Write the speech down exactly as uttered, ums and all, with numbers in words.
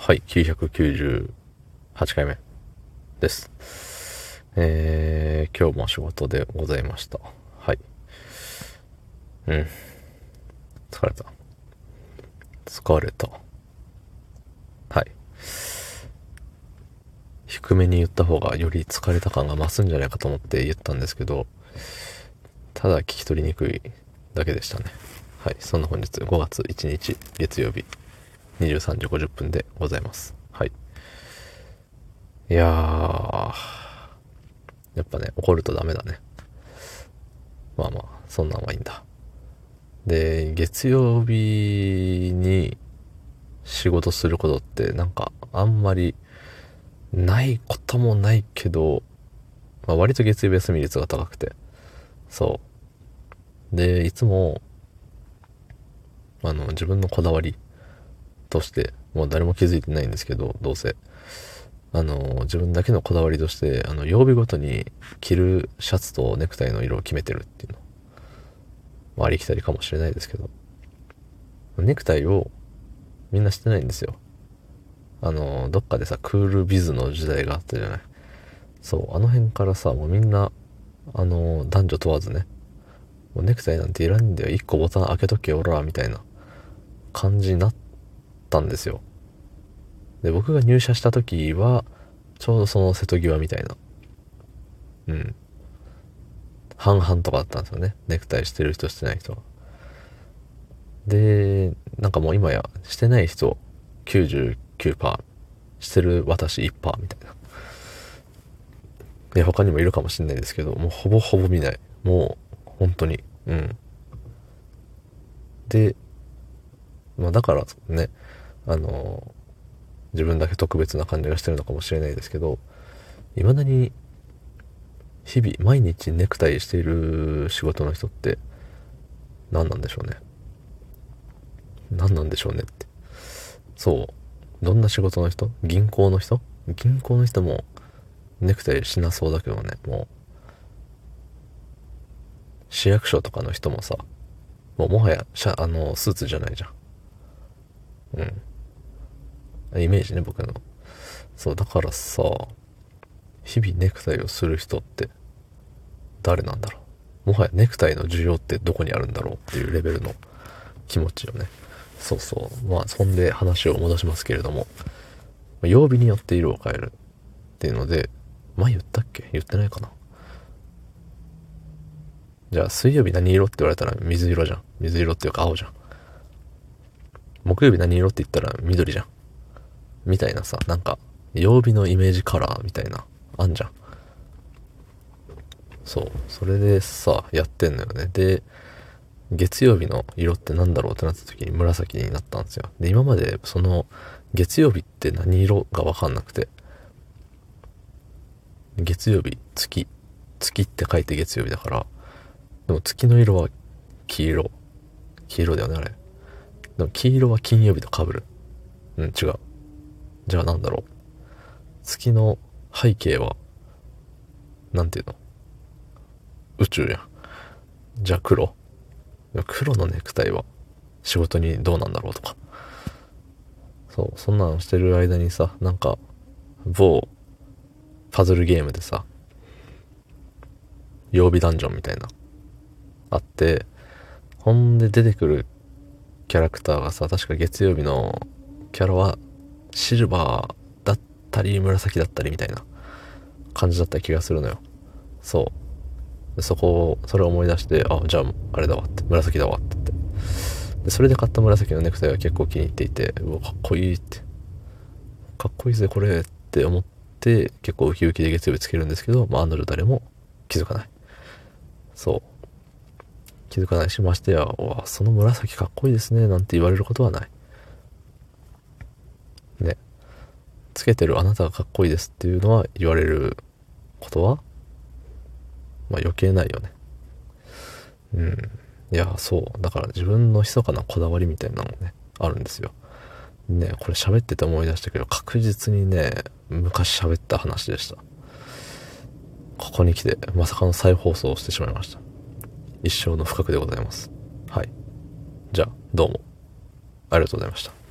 はい、きゅうひゃくきゅうじゅうはちかいめです。えー、今日も仕事でございました。はい。うん。疲れた。疲れた。はい。低めに言った方がより疲れた感が増すんじゃないかと思って言ったんですけど、ただ聞き取りにくいだけでしたね。はい。そんな本日ごがついちにち月曜日にじゅうさんじごじゅっぷんでございます。はい。いやー、やっぱね、怒るとダメだね。まあまあ、そんなんはいいんだ。で、月曜日に仕事することってなんかあんまりないこともないけど、まあ、割と月曜日休み率が高くて。そう。で、いつも、あの、自分のこだわりとして、もう誰も気づいてないんですけど、どうせ。あの、自分だけのこだわりとして、あの、曜日ごとに着るシャツとネクタイの色を決めてるっていうの。まあ、ありきたりかもしれないですけど。ネクタイをみんなしてないんですよ。あの、どっかでさ、クールビズの時代があったじゃない。そう、あの辺からさ、もうみんな、あの、男女問わずね、もうネクタイなんていらんだよ、一個ボタン開けとけよら、みたいな感じになったんですよ。で、僕が入社した時は、ちょうどその瀬戸際みたいな。うん。半々とかだったんですよね。ネクタイしてる人してない人は。で、なんかもう今や、してない人きゅうじゅうきゅうパーセント、してる私いちパーセントみたいな。で、他にもいるかもしれないですけど、もうほぼほぼ見ない。もう、本当に。うん。で、まあだからね、あの、自分だけ特別な感じがしてるのかもしれないですけど、未だに日々毎日ネクタイしている仕事の人って何なんでしょうね。何なんでしょうねって。そう。どんな仕事の人？銀行の人？銀行の人もネクタイしなそうだけどね、もう。市役所とかの人もさ、もうもはや、あの、スーツじゃないじゃん。うん。イメージね、僕の。そう、だからさ、日々ネクタイをする人って誰なんだろう。もはやネクタイの需要ってどこにあるんだろうっていうレベルの気持ちよね。そうそう。まあ、そんで話を戻しますけれども、曜日によって色を変えるっていうので、前言ったっけ？言ってないかな。じゃあ、水曜日何色って言われたら水色じゃん。水色っていうか青じゃん。木曜日何色って言ったら緑じゃん。みたいなさ、なんか、曜日のイメージカラーみたいな、あんじゃん。そう。それでさ、やってんのよね。で、月曜日の色ってなんだろうってなった時に紫になったんですよ。で、今までその、月曜日って何色がわかんなくて、月曜日、月、月って書いて月曜日だから、でも月の色は黄色。黄色だよね、あれ。でも黄色は金曜日と被る。うん、違う。じゃあなんだろう。月の背景は、なんていうの？宇宙やん。じゃあ黒。黒のネクタイは仕事にどうなんだろうとか。そう、そんなのしてる間にさ、なんか、某パズルゲームでさ、曜日ダンジョンみたいな、あって、ほんで出てくるキャラクターがさ、確か月曜日のキャラはシルバーだったり紫だったりみたいな感じだった気がするのよ。そう。でそこを、それを思い出して、あ、じゃあ、あれだわって、紫だわって言って。で、それで買った紫のネクタイは結構気に入っていて、うわ、かっこいいって。かっこいいぜ、これって思って、結構ウキウキで月曜日つけるんですけど、まあ、案の定誰も気づかない。そう。気づかないし、ましてや、わ、その紫かっこいいですね、なんて言われることはない。ね。つけてるあなたがかっこいいですっていうのは言われることは、まあ余計ないよね。うん。いや、そう。だから自分の密かなこだわりみたいなのもね、あるんですよ。ね、これ喋ってて思い出したけど、確実にね、昔喋った話でした。ここに来て、まさかの再放送をしてしまいました。一生の不覚でございます。はい。じゃあ、どうも、ありがとうございました。